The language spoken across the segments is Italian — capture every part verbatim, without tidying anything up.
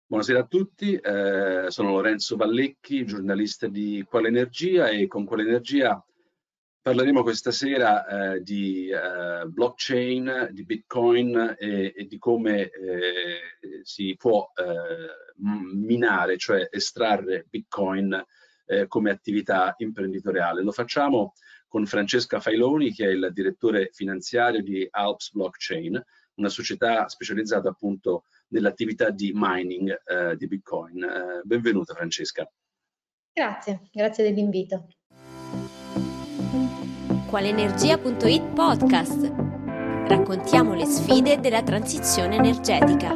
Buonasera a tutti, eh, sono Lorenzo Vallecchi, giornalista di Quale Energia, e con Quale Energia parleremo questa sera eh, di eh, blockchain, di Bitcoin e, e di come eh, si può eh, minare, cioè estrarre Bitcoin eh, come attività imprenditoriale. Lo facciamo con Francesca Failoni, che è il direttore finanziario di Alps Blockchain, una società specializzata appunto nell'attività di mining eh, di Bitcoin. Eh, benvenuta Francesca. Grazie, grazie dell'invito. Qualenergia punto it podcast. Raccontiamo le sfide della transizione energetica.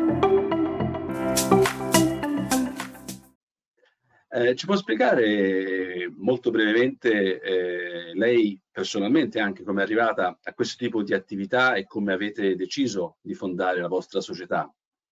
Eh, ci può spiegare molto brevemente eh, lei personalmente anche come è arrivata a questo tipo di attività e come avete deciso di fondare la vostra società?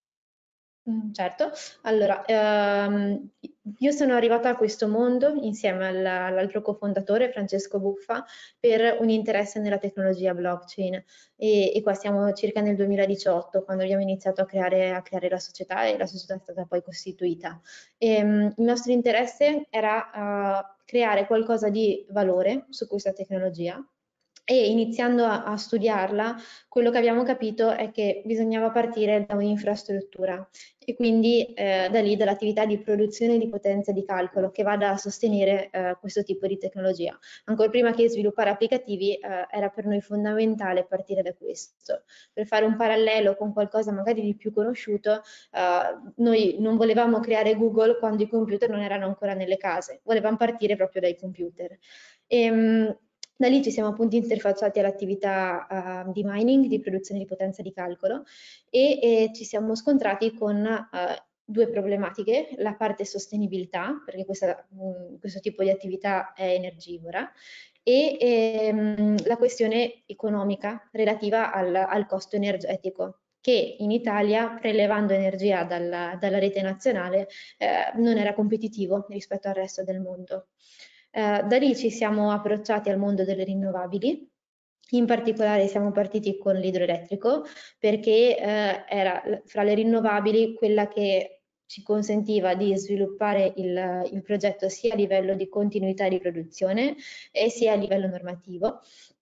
Mm, certo, allora ehm, io sono arrivata a questo mondo insieme al- all'altro cofondatore Francesco Buffa per un interesse nella tecnologia blockchain e, e qua siamo circa nel duemiladiciotto quando abbiamo iniziato a creare, a creare la società e la società è stata poi costituita. Ehm, il nostro interesse era eh, creare qualcosa di valore su questa tecnologia. E iniziando a, a studiarla, quello che abbiamo capito è che bisognava partire da un'infrastruttura e quindi eh, da lì dall'attività di produzione di potenza di calcolo che vada a sostenere eh, questo tipo di tecnologia. Ancora prima che sviluppare applicativi eh, era per noi fondamentale partire da questo. Per fare un parallelo con qualcosa magari di più conosciuto, eh, noi non volevamo creare Google quando i computer non erano ancora nelle case, volevamo partire proprio dai computer. E, mh, da lì ci siamo appunto interfacciati all'attività uh, di mining, di produzione di potenza di calcolo e, e ci siamo scontrati con uh, due problematiche, la parte sostenibilità, perché questa, mh, questo tipo di attività è energivora, e ehm, la questione economica relativa al, al costo energetico che in Italia, prelevando energia dalla, dalla rete nazionale, eh, non era competitivo rispetto al resto del mondo. Eh, da lì ci siamo approcciati al mondo delle rinnovabili, in particolare siamo partiti con l'idroelettrico perché eh, era fra le rinnovabili quella che ci consentiva di sviluppare il, il progetto sia a livello di continuità di produzione e sia a livello normativo.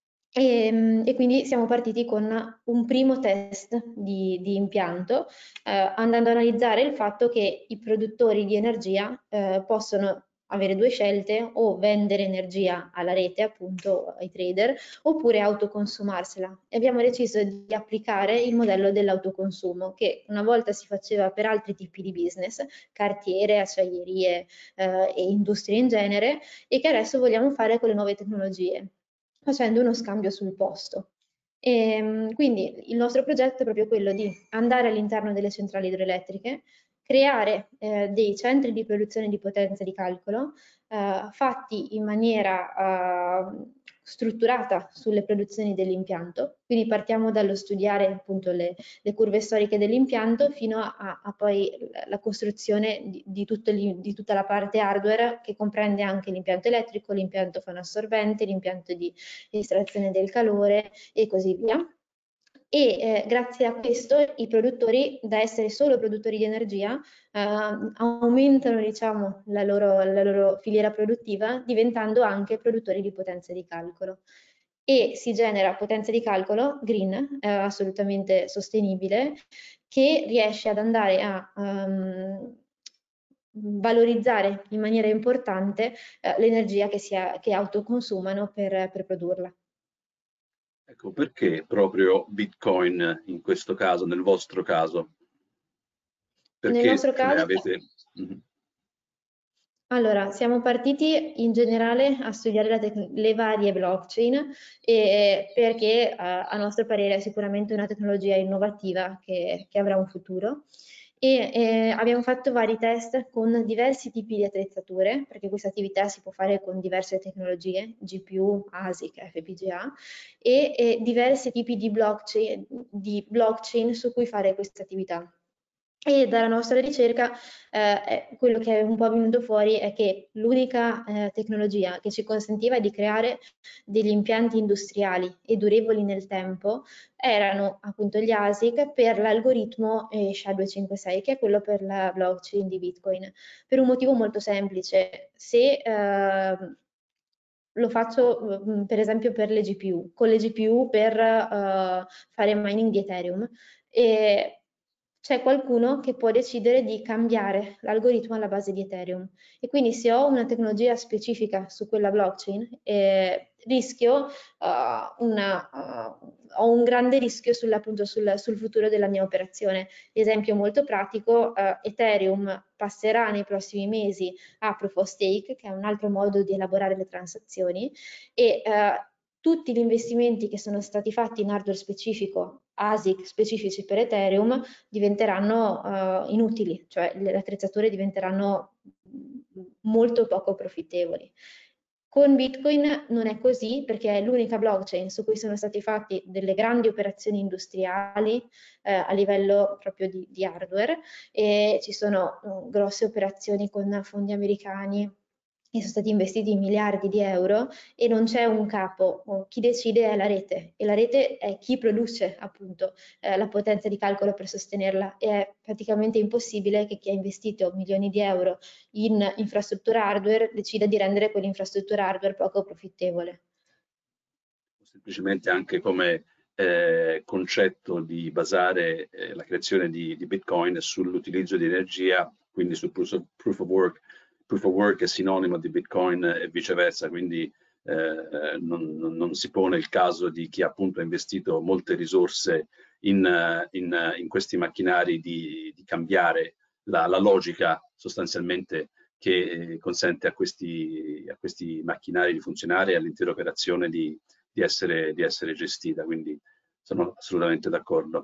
E, e quindi siamo partiti con un primo test di, di impianto, eh, andando ad analizzare il fatto che i produttori di energia eh, possono avere due scelte: o vendere energia alla rete, appunto ai trader, oppure autoconsumarsela. E abbiamo deciso di applicare il modello dell'autoconsumo, che una volta si faceva per altri tipi di business, cartiere, acciaierie eh, e industrie in genere, e che adesso vogliamo fare con le nuove tecnologie, facendo uno scambio sul posto. E, quindi il nostro progetto è proprio quello di andare all'interno delle centrali idroelettriche, creare eh, dei centri di produzione di potenza di calcolo eh, fatti in maniera eh, strutturata sulle produzioni dell'impianto. Quindi partiamo dallo studiare appunto le, le curve storiche dell'impianto fino a, a poi la costruzione di, di, tutto di tutta la parte hardware che comprende anche l'impianto elettrico, l'impianto fonoassorbente, l'impianto di estrazione del calore e così via. E eh, grazie a questo i produttori, da essere solo produttori di energia, eh, aumentano diciamo, la, loro, la loro filiera produttiva diventando anche produttori di potenza di calcolo. E si genera potenza di calcolo green, eh, assolutamente sostenibile, che riesce ad andare a um, valorizzare in maniera importante eh, l'energia che, si ha, che autoconsumano per, per produrla. Ecco, perché proprio Bitcoin in questo caso, nel vostro caso? Nel Perché nostro cioè, caso, avete... Mhm. allora, siamo partiti in generale a studiare la tec- le varie blockchain e- perché eh, a nostro parere è sicuramente una tecnologia innovativa che, che avrà un futuro. E eh, abbiamo fatto vari test con diversi tipi di attrezzature, perché questa attività si può fare con diverse tecnologie, G P U, ASIC, F P G A, e, e diversi tipi di blockchain, di blockchain su cui fare questa attività. E dalla nostra ricerca eh, quello che è un po' venuto fuori è che l'unica eh, tecnologia che ci consentiva di creare degli impianti industriali e durevoli nel tempo erano appunto gli A S I C per l'algoritmo eh, S H A duecentocinquantasei, che è quello per la blockchain di Bitcoin, per un motivo molto semplice. Se eh, lo faccio per esempio per le G P U, con le G P U per uh, fare mining di Ethereum, e c'è qualcuno che può decidere di cambiare l'algoritmo alla base di Ethereum, e quindi se ho una tecnologia specifica su quella blockchain eh, rischio uh, una, uh, ho un grande rischio sul, appunto, sul, sul futuro della mia operazione. Esempio molto pratico, uh, Ethereum passerà nei prossimi mesi a Proof of Stake, che è un altro modo di elaborare le transazioni, e uh, tutti gli investimenti che sono stati fatti in hardware specifico, A S I C specifici per Ethereum, diventeranno uh, inutili, cioè le attrezzature diventeranno molto poco profittevoli. Con Bitcoin non è così, perché è l'unica blockchain su cui sono stati fatti delle grandi operazioni industriali eh, a livello proprio di, di hardware, e ci sono uh, grosse operazioni con fondi americani che sono stati investiti miliardi di euro, e non c'è un capo, chi decide è la rete, e la rete è chi produce appunto eh, la potenza di calcolo per sostenerla, e è praticamente impossibile che chi ha investito milioni di euro in infrastruttura hardware decida di rendere quell'infrastruttura hardware poco profittevole. Semplicemente anche come eh, concetto di basare eh, la creazione di, di Bitcoin sull'utilizzo di energia, quindi sul proof of, proof of work. Proof of work è sinonimo di Bitcoin e viceversa, quindi eh, non, non, non si pone il caso di chi appunto ha investito molte risorse in, in, in questi macchinari di, di cambiare la, la logica sostanzialmente che consente a questi, a questi macchinari di funzionare e all'intera operazione di, di, essere, di essere gestita, quindi sono assolutamente d'accordo.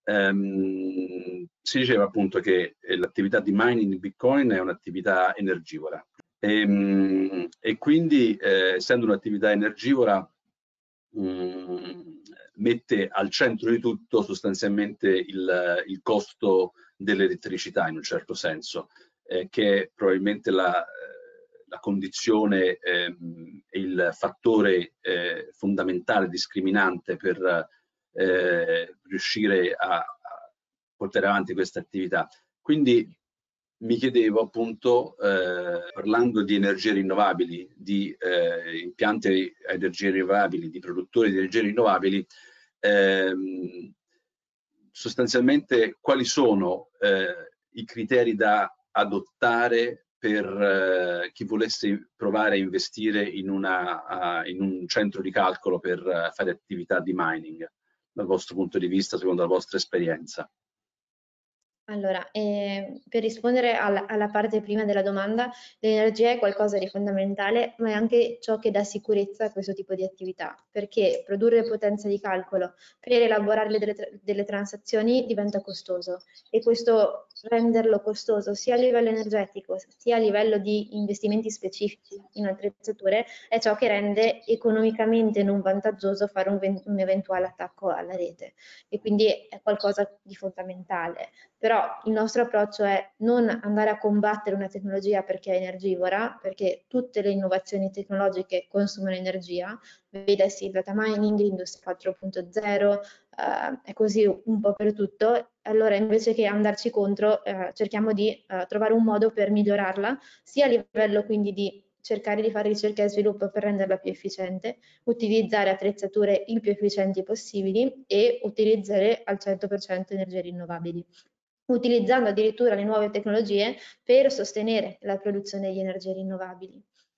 Um, si diceva appunto che l'attività di mining di Bitcoin è un'attività energivora e, e quindi eh, essendo un'attività energivora um, mette al centro di tutto sostanzialmente il, il costo dell'elettricità in un certo senso, eh, che è probabilmente la, la condizione e eh, il fattore eh, fondamentale discriminante per eh, riuscire a, a portare avanti questa attività. Quindi mi chiedevo appunto, eh, parlando di energie rinnovabili, di eh, impianti a energie rinnovabili, di produttori di energie rinnovabili, ehm, sostanzialmente quali sono eh, i criteri da adottare per eh, chi volesse provare a investire in, una, uh, in un centro di calcolo per uh, fare attività di mining, dal vostro punto di vista, secondo la vostra esperienza? Allora, eh, per rispondere alla, alla parte prima della domanda, l'energia è qualcosa di fondamentale, ma è anche ciò che dà sicurezza a questo tipo di attività, perché produrre potenza di calcolo per elaborare delle, delle transazioni diventa costoso, e questo renderlo costoso sia a livello energetico sia a livello di investimenti specifici in attrezzature è ciò che rende economicamente non vantaggioso fare un, un eventuale attacco alla rete, e quindi è qualcosa di fondamentale. Però il nostro approccio è non andare a combattere una tecnologia perché è energivora, perché tutte le innovazioni tecnologiche consumano energia, vedasi il data mining, l'industria quattro punto zero, eh, è così un po' per tutto. Allora invece che andarci contro eh, cerchiamo di eh, trovare un modo per migliorarla, sia a livello quindi di cercare di fare ricerca e sviluppo per renderla più efficiente, utilizzare attrezzature il più efficienti possibili e utilizzare al cento per cento energie rinnovabili, utilizzando addirittura le nuove tecnologie per sostenere la produzione di energie rinnovabili.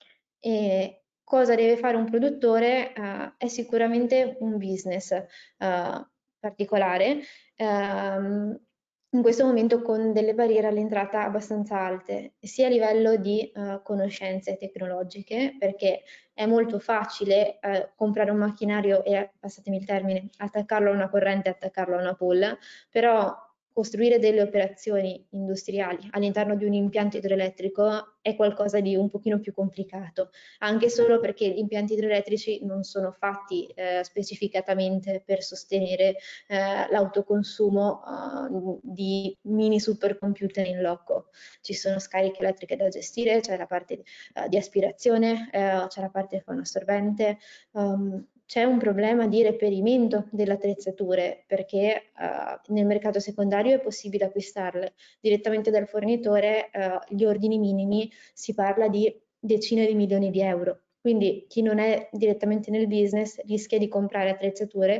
E cosa deve fare un produttore? Uh, è sicuramente un business uh, particolare, um, in questo momento con delle barriere all'entrata abbastanza alte, sia a livello di uh, conoscenze tecnologiche, perché è molto facile uh, comprare un macchinario e, passatemi il termine, attaccarlo a una corrente e attaccarlo a una pool, però costruire delle operazioni industriali all'interno di un impianto idroelettrico è qualcosa di un pochino più complicato, anche solo perché gli impianti idroelettrici non sono fatti eh, specificatamente per sostenere eh, l'autoconsumo uh, di mini supercomputer in loco. Ci sono scariche elettriche da gestire, c'è la parte uh, di aspirazione, uh, c'è la parte fonoassorbente, um, c'è un problema di reperimento delle attrezzature perché uh, nel mercato secondario è possibile acquistarle direttamente dal fornitore, uh, gli ordini minimi si parla di decine di milioni di euro. Quindi chi non è direttamente nel business rischia di comprare attrezzature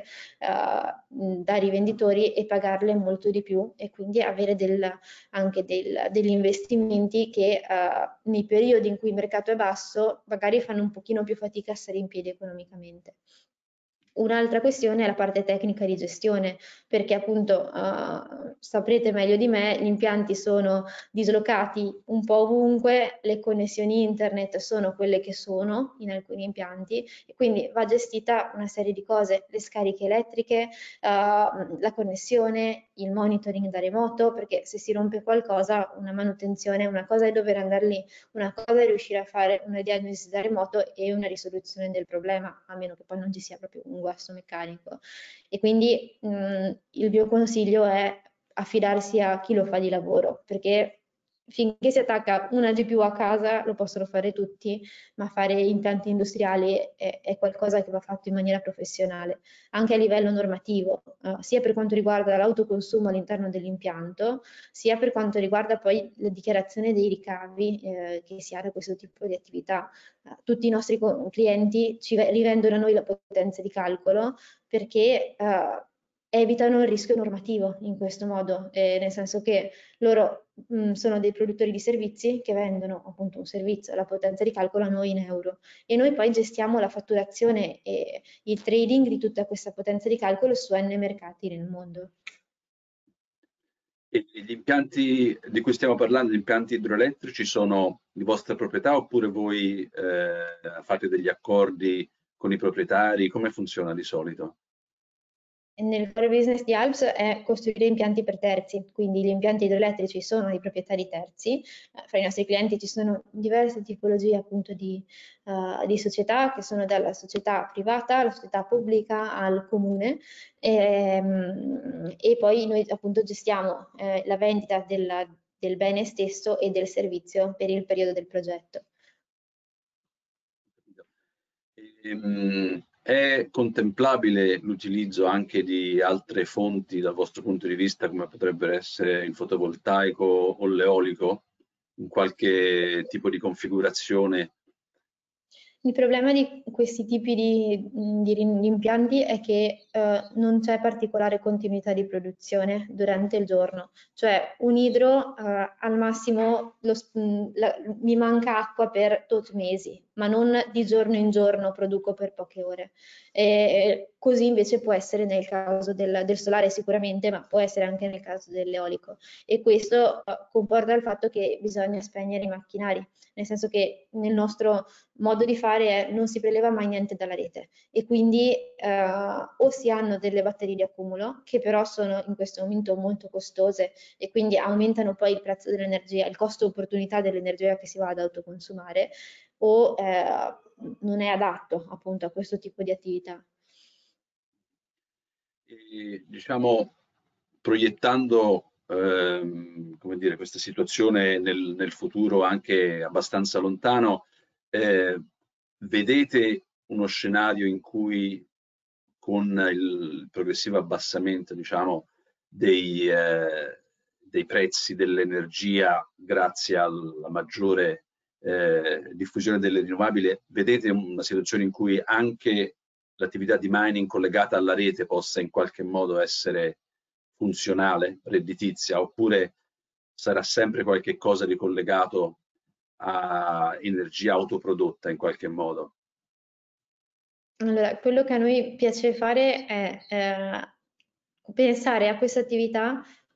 uh, da rivenditori e pagarle molto di più e quindi avere del, anche del, degli investimenti che uh, nei periodi in cui il mercato è basso magari fanno un pochino più fatica a stare in piedi economicamente. Un'altra questione è la parte tecnica di gestione, perché appunto uh, saprete meglio di me, gli impianti sono dislocati un po' ovunque, le connessioni internet sono quelle che sono in alcuni impianti e quindi va gestita una serie di cose, le scariche elettriche, uh, la connessione, il monitoring da remoto, perché se si rompe qualcosa, una manutenzione, una cosa è dover andare lì, una cosa è riuscire a fare una diagnosi da remoto e una risoluzione del problema, a meno che poi non ci sia proprio un guasto meccanico. E quindi mh, il mio consiglio è affidarsi a chi lo fa di lavoro, perché finché si attacca una G P U a casa lo possono fare tutti, ma fare impianti industriali è, è qualcosa che va fatto in maniera professionale, anche a livello normativo, eh, sia per quanto riguarda l'autoconsumo all'interno dell'impianto, sia per quanto riguarda poi la dichiarazione dei ricavi eh, che si ha da questo tipo di attività. Uh, tutti i nostri clienti ci rivendono a noi la potenza di calcolo perché uh, evitano il rischio normativo in questo modo, eh, nel senso che loro mh, sono dei produttori di servizi che vendono appunto un servizio, la potenza di calcolo a noi in euro e noi poi gestiamo la fatturazione e il trading di tutta questa potenza di calcolo su n mercati nel mondo. E gli impianti di cui stiamo parlando, gli impianti idroelettrici, sono di vostra proprietà oppure voi eh, fate degli accordi con i proprietari? Come funziona di solito? Nel core business di Alps è costruire impianti per terzi, quindi gli impianti idroelettrici sono di proprietari terzi. Fra i nostri clienti ci sono diverse tipologie appunto di, uh, di società che sono dalla società privata alla società pubblica al comune e, um, e poi noi appunto gestiamo eh, la vendita della, del bene stesso e del servizio per il periodo del progetto. Ehm, È contemplabile l'utilizzo anche di altre fonti dal vostro punto di vista, come potrebbero essere il fotovoltaico o l'eolico, in qualche tipo di configurazione? Il problema di questi tipi di, di, di impianti è che eh, non c'è particolare continuità di produzione durante il giorno, cioè un idro eh, al massimo lo, la, mi manca acqua per tot mesi, ma non di giorno in giorno produco per poche ore. E così invece può essere nel caso del, del solare sicuramente, ma può essere anche nel caso dell'eolico. E questo eh, comporta il fatto che bisogna spegnere i macchinari, nel senso che nel nostro modo di fare è non si preleva mai niente dalla rete e quindi eh, o si hanno delle batterie di accumulo che però sono in questo momento molto costose e quindi aumentano poi il prezzo dell'energia, il costo opportunità dell'energia che si va ad autoconsumare o eh, non è adatto appunto a questo tipo di attività. E, diciamo, proiettando ehm, come dire, questa situazione nel, nel futuro anche abbastanza lontano, eh, vedete uno scenario in cui con il progressivo abbassamento, diciamo, dei, eh, dei prezzi dell'energia grazie alla maggiore eh, diffusione delle rinnovabili, vedete una situazione in cui anche l'attività di mining collegata alla rete possa in qualche modo essere funzionale, redditizia, oppure sarà sempre qualche cosa di collegato a energia autoprodotta in qualche modo? Allora, quello che a noi piace fare è eh, pensare a questa attività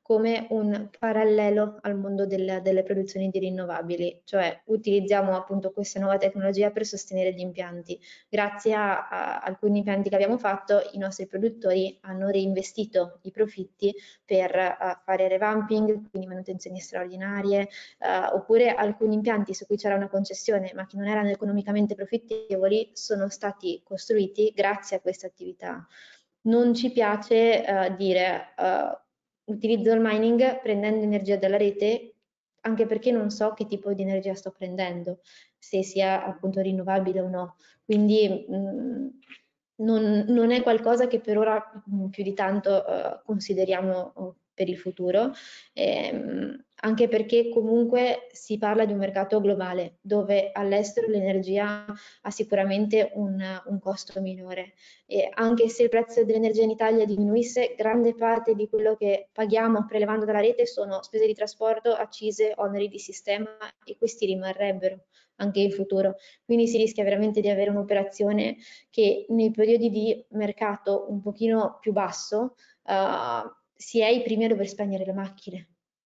come un parallelo al mondo del, delle produzioni di rinnovabili, cioè utilizziamo appunto questa nuova tecnologia per sostenere gli impianti. Grazie a, a alcuni impianti che abbiamo fatto, i nostri produttori hanno reinvestito i profitti per uh, fare revamping, quindi manutenzioni straordinarie, uh, oppure alcuni impianti su cui c'era una concessione ma che non erano economicamente profittevoli sono stati costruiti grazie a questa attività. Non ci piace uh, dire uh, utilizzo il mining prendendo energia dalla rete, anche perché non so che tipo di energia sto prendendo, se sia appunto rinnovabile o no. Quindi mh, non, non è qualcosa che per ora mh, più di tanto uh, consideriamo uh, per il futuro, ehm, anche perché comunque si parla di un mercato globale dove all'estero l'energia ha sicuramente un, un costo minore. E anche se il prezzo dell'energia in Italia diminuisse, grande parte di quello che paghiamo prelevando dalla rete sono spese di trasporto, accise, oneri di sistema, e questi rimarrebbero anche in futuro. Quindi si rischia veramente di avere un'operazione che nei periodi di mercato un pochino più basso uh, si è i primi a dover spegnere le macchine.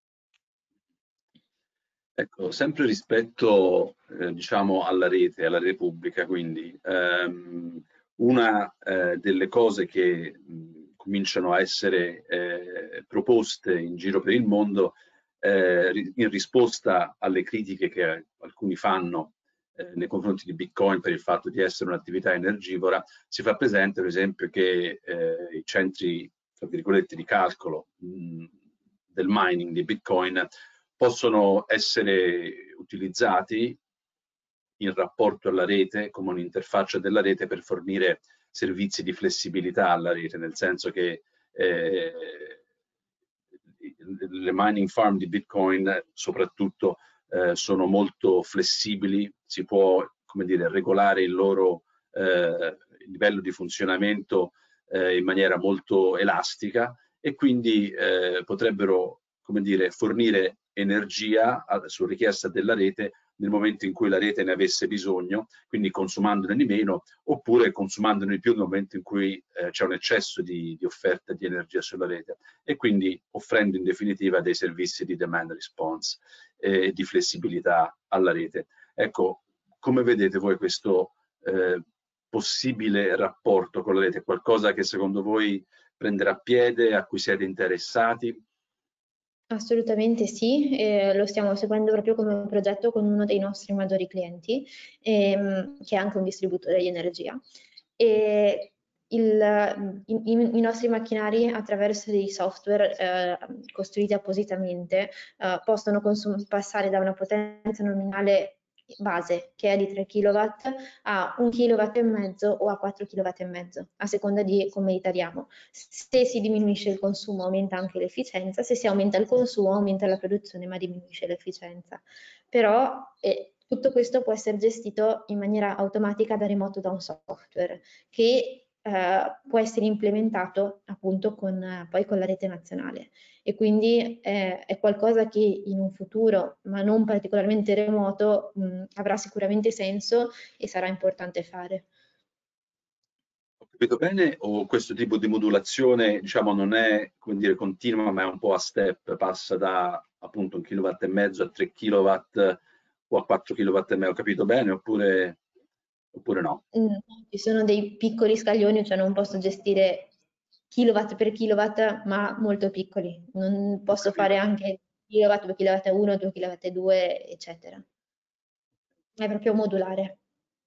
Ecco, sempre rispetto eh, diciamo alla rete, alla rete pubblica, quindi ehm, una eh, delle cose che mh, cominciano a essere eh, proposte in giro per il mondo eh, in risposta alle critiche che alcuni fanno eh, nei confronti di Bitcoin per il fatto di essere un'attività energivora, si fa presente per esempio che eh, i centri, tra virgolette, di calcolo mh, del mining di Bitcoin possono essere utilizzati in rapporto alla rete come un'interfaccia della rete per fornire servizi di flessibilità alla rete, nel senso che eh, le mining farm di Bitcoin soprattutto eh, sono molto flessibili, si può, come dire, regolare il loro eh, livello di funzionamento eh, in maniera molto elastica e quindi eh, potrebbero, come dire, fornire energia a, su richiesta della rete nel momento in cui la rete ne avesse bisogno, quindi consumandone di meno, oppure consumandone di più nel momento in cui eh, c'è un eccesso di, di offerta di energia sulla rete, e quindi offrendo in definitiva dei servizi di demand response e eh, di flessibilità alla rete. Ecco, come vedete voi questo eh, possibile rapporto con la rete? Qualcosa che secondo voi prenderà piede, a cui siete interessati? Assolutamente sì, eh, lo stiamo seguendo proprio come progetto con uno dei nostri maggiori clienti, ehm, che è anche un distributore di energia. E il, i, i, nostri macchinari, attraverso dei software eh, costruiti appositamente, eh, possono passare da una potenza nominale base, che è di tre chilowatt, a un chilowatt e mezzo o a quattro chilowatt e mezzo, a seconda di come italiamo. Se si diminuisce il consumo aumenta anche l'efficienza, se si aumenta il consumo aumenta la produzione ma diminuisce l'efficienza. Però eh, tutto questo può essere gestito in maniera automatica da remoto da un software che eh, può essere implementato appunto con, eh, poi con la rete nazionale, e quindi eh, è qualcosa che in un futuro, ma non particolarmente remoto, mh, avrà sicuramente senso e sarà importante fare. Ho capito bene, o questo tipo di modulazione, diciamo, non è, come dire, continua, ma è un po' a step, passa da appunto un kilowatt e mezzo a tre kilowatt o a quattro kilowatt e mezzo, ho capito bene, oppure, oppure no? Mm, ci sono dei piccoli scaglioni, cioè non posso gestire kilowatt per kilowatt, ma molto piccoli. Non posso fare anche kilowatt, due chilowatt uno, due chilowatt due, eccetera. È proprio modulare.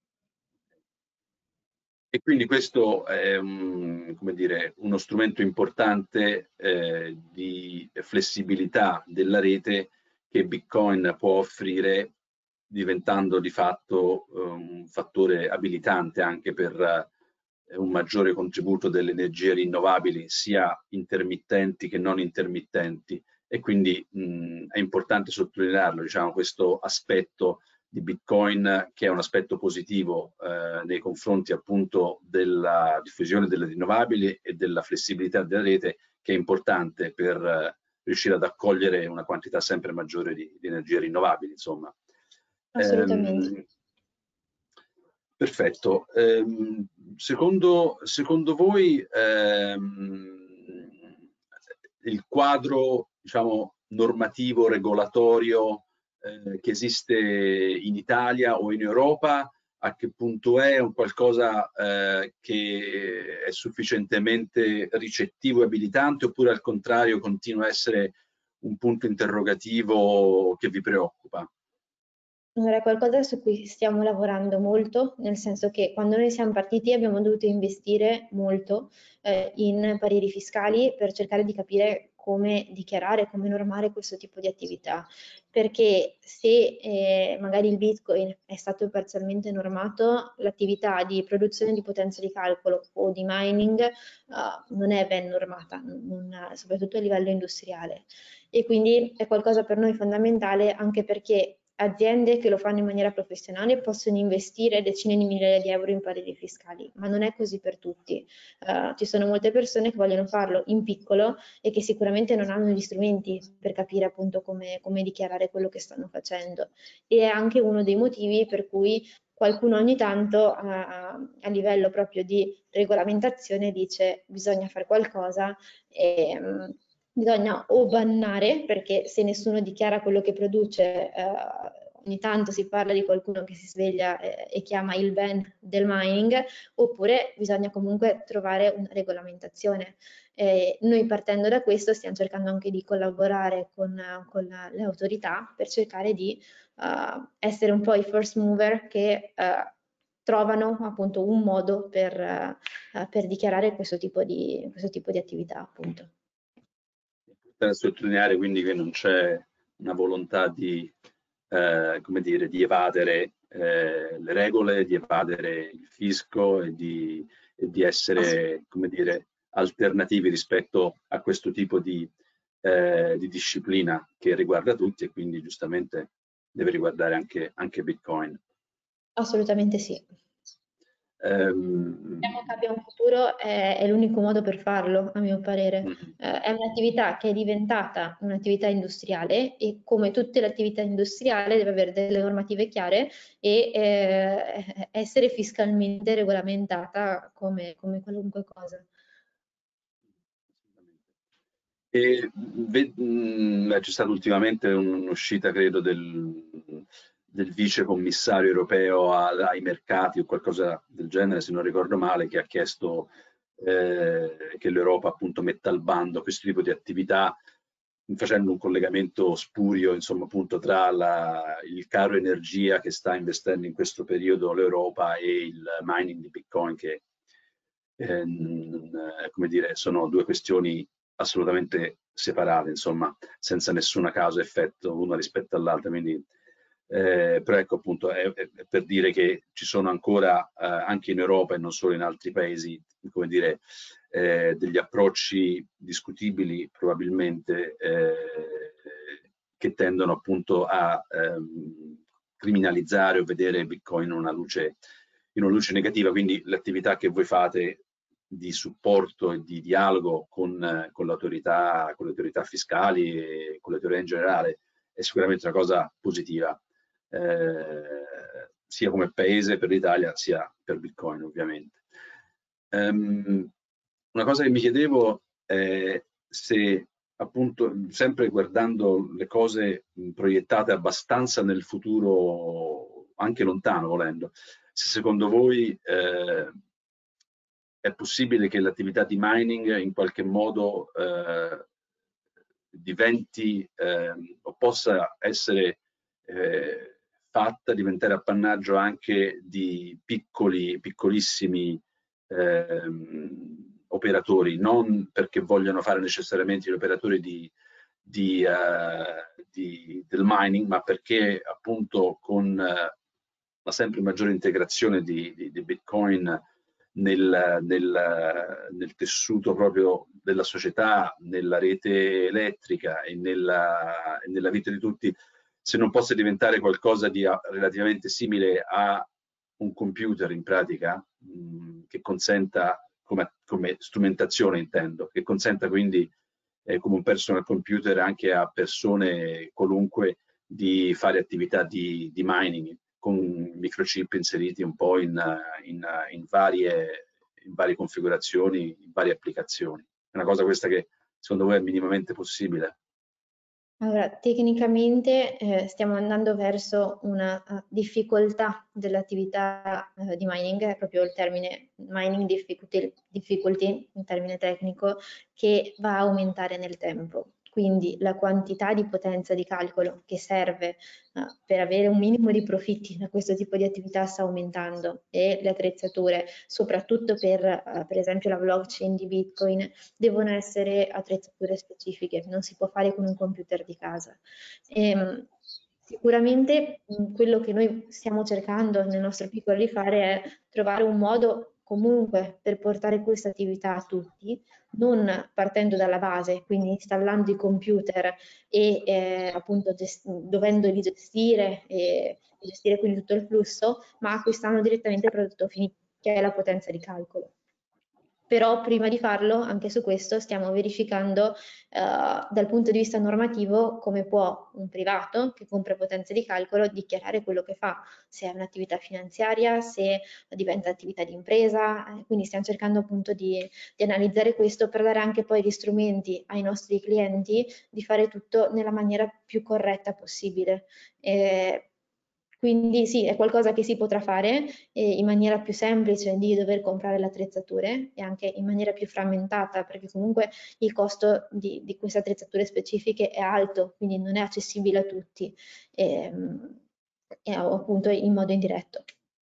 E quindi questo è un, come dire, uno strumento importante eh, di flessibilità della rete che Bitcoin può offrire, diventando di fatto eh, un fattore abilitante anche per eh, un maggiore contributo delle energie rinnovabili, sia intermittenti che non intermittenti. E quindi mh, è importante sottolinearlo, diciamo, questo aspetto di Bitcoin, che è un aspetto positivo eh, nei confronti appunto della diffusione delle rinnovabili e della flessibilità della rete, che è importante per eh, riuscire ad accogliere una quantità sempre maggiore di, di energie rinnovabili, insomma. Assolutamente. Ehm, perfetto. Ehm, secondo, secondo voi ehm, il quadro, diciamo, normativo, regolatorio eh, che esiste in Italia o in Europa, a che punto è un qualcosa eh, che è sufficientemente ricettivo e abilitante, oppure al contrario continua a essere un punto interrogativo che vi preoccupa? Allora, è qualcosa su cui stiamo lavorando molto, nel senso che quando noi siamo partiti abbiamo dovuto investire molto eh, in pareri fiscali per cercare di capire come dichiarare, come normare questo tipo di attività, perché se eh, magari il Bitcoin è stato parzialmente normato, l'attività di produzione di potenza di calcolo o di mining uh, non è ben normata, non, soprattutto a livello industriale. E quindi è qualcosa per noi fondamentale, anche perché aziende che lo fanno in maniera professionale possono investire decine di migliaia di euro in pareri fiscali, ma non è così per tutti. Uh, ci sono molte persone che vogliono farlo in piccolo e che sicuramente non hanno gli strumenti per capire appunto come, come dichiarare quello che stanno facendo. E è anche uno dei motivi per cui qualcuno ogni tanto a, a livello proprio di regolamentazione dice bisogna fare qualcosa e um, bisogna o bannare, perché se nessuno dichiara quello che produce, eh, ogni tanto si parla di qualcuno che si sveglia eh, e chiama il ban del mining, oppure bisogna comunque trovare una regolamentazione. Eh, noi partendo da questo stiamo cercando anche di collaborare con, con la, le autorità per cercare di uh, essere un po' i first mover che uh, trovano appunto un modo per, uh, per dichiarare questo tipo di, questo tipo di attività appunto. Per sottolineare quindi che non c'è una volontà di, eh, come dire, di evadere eh, le regole, di evadere il fisco e di, e di essere, come dire, alternativi rispetto a questo tipo di, eh, di disciplina che riguarda tutti e quindi giustamente deve riguardare anche, anche Bitcoin. Assolutamente sì. Um, Speriamo che abbia un futuro, è, è l'unico modo per farlo, a mio parere. mm-hmm. Eh, è un'attività che è diventata un'attività industriale e come tutte le attività industriali deve avere delle normative chiare e eh, essere fiscalmente regolamentata come, come qualunque cosa. E c'è stata ultimamente un'uscita, credo, del, del vice commissario europeo ai mercati o qualcosa del genere, se non ricordo male, che ha chiesto eh, che l'Europa appunto metta al bando questo tipo di attività, facendo un collegamento spurio, insomma, appunto tra la, il caro energia che sta investendo in questo periodo l'Europa e il mining di Bitcoin, che eh, come dire, sono due questioni assolutamente separate, insomma, senza nessuna causa effetto una rispetto all'altra. Quindi, eh, però ecco appunto, è, è per dire che ci sono ancora eh, anche in Europa e non solo in altri paesi, come dire, eh, degli approcci discutibili probabilmente eh, che tendono appunto a ehm, criminalizzare o vedere Bitcoin in una luce, in una luce negativa. Quindi l'attività che voi fate di supporto e di dialogo con, con l'autorità, con le autorità fiscali e con le autorità in generale è sicuramente una cosa positiva, eh, sia come paese per l'Italia sia per Bitcoin ovviamente. Um, una cosa che mi chiedevo è se appunto sempre guardando le cose proiettate abbastanza nel futuro, anche lontano volendo, se secondo voi eh, è possibile che l'attività di mining in qualche modo eh, diventi eh, o possa essere eh, fatta diventare appannaggio anche di piccoli, piccolissimi eh, operatori, non perché vogliono fare necessariamente gli operatori di, di, uh, di, del mining, ma perché appunto con uh, la sempre maggiore integrazione di, di, di Bitcoin nel, nel, nel tessuto proprio della società, nella rete elettrica e nella, nella vita di tutti, se non possa diventare qualcosa di relativamente simile a un computer in pratica, mh, che consenta, come, come strumentazione intendo, che consenta quindi eh, come un personal computer anche a persone qualunque di fare attività di, di mining con microchip inseriti un po' in, in, in, varie, in varie configurazioni, in varie applicazioni. È una cosa questa che secondo voi è minimamente possibile? Allora, tecnicamente eh, stiamo andando verso una uh, difficoltà dell'attività uh, di mining, è proprio il termine mining difficulty, difficulty, un termine tecnico, che va a aumentare nel tempo. Quindi la quantità di potenza di calcolo che serve uh, per avere un minimo di profitti da questo tipo di attività sta aumentando e le attrezzature, soprattutto per, uh, per esempio, la blockchain di Bitcoin, devono essere attrezzature specifiche, non si può fare con un computer di casa. E, sicuramente quello che noi stiamo cercando nel nostro piccolo di fare è trovare un modo comunque per portare questa attività a tutti, non partendo dalla base, quindi installando i computer e eh, appunto dovendoli gestire e gestire quindi tutto il flusso, ma acquistando direttamente il prodotto finito, che è la potenza di calcolo. Però prima di farlo, anche su questo, stiamo verificando eh, dal punto di vista normativo come può un privato che compra potenza di calcolo dichiarare quello che fa, se è un'attività finanziaria, se diventa attività di impresa, eh, quindi stiamo cercando appunto di, di analizzare questo per dare anche poi gli strumenti ai nostri clienti di fare tutto nella maniera più corretta possibile. Eh, Quindi sì, è qualcosa che si potrà fare eh, in maniera più semplice di dover comprare le attrezzature e anche in maniera più frammentata, perché comunque il costo di, di queste attrezzature specifiche è alto, quindi non è accessibile a tutti, e, e appunto in modo indiretto.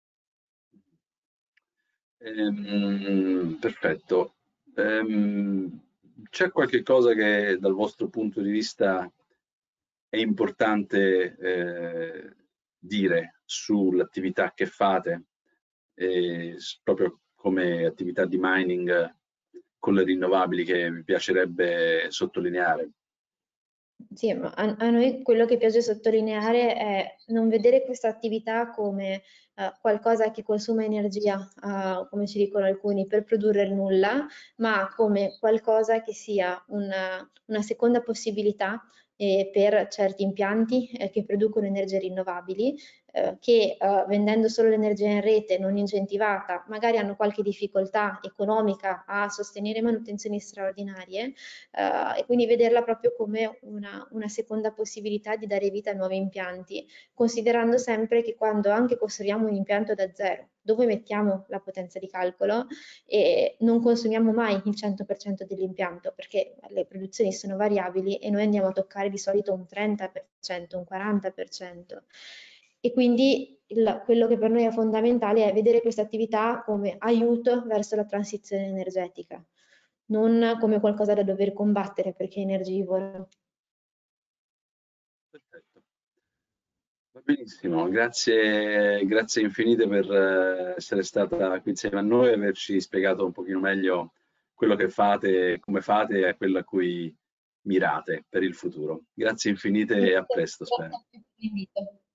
Ehm, perfetto. Ehm, c'è qualche cosa che dal vostro punto di vista è importante eh, dire sull'attività che fate, eh, proprio come attività di mining con le rinnovabili, che mi piacerebbe sottolineare? Sì, ma a, a noi quello che piace sottolineare è non vedere questa attività come uh, qualcosa che consuma energia, uh, come ci dicono alcuni, per produrre il nulla, ma come qualcosa che sia una, una seconda possibilità eh, per certi impianti eh, che producono energie rinnovabili, eh, che eh, vendendo solo l'energia in rete non incentivata, magari hanno qualche difficoltà economica a sostenere manutenzioni straordinarie, eh, e quindi vederla proprio come una, una seconda possibilità di dare vita a nuovi impianti, considerando sempre che quando anche costruiamo un impianto da zero, dove mettiamo la potenza di calcolo e non consumiamo mai il cento per cento dell'impianto, perché le produzioni sono variabili e noi andiamo a toccare di solito un trenta per cento, un quaranta per cento. E quindi il, quello che per noi è fondamentale è vedere questa attività come aiuto verso la transizione energetica, non come qualcosa da dover combattere perché è energivoro. Perfetto. Va benissimo, grazie, grazie infinite per eh, essere stata qui insieme a noi e averci spiegato un pochino meglio quello che fate, come fate e a quello a cui mirate per il futuro. Grazie infinite e a presto, spero. Grazie per l'invito.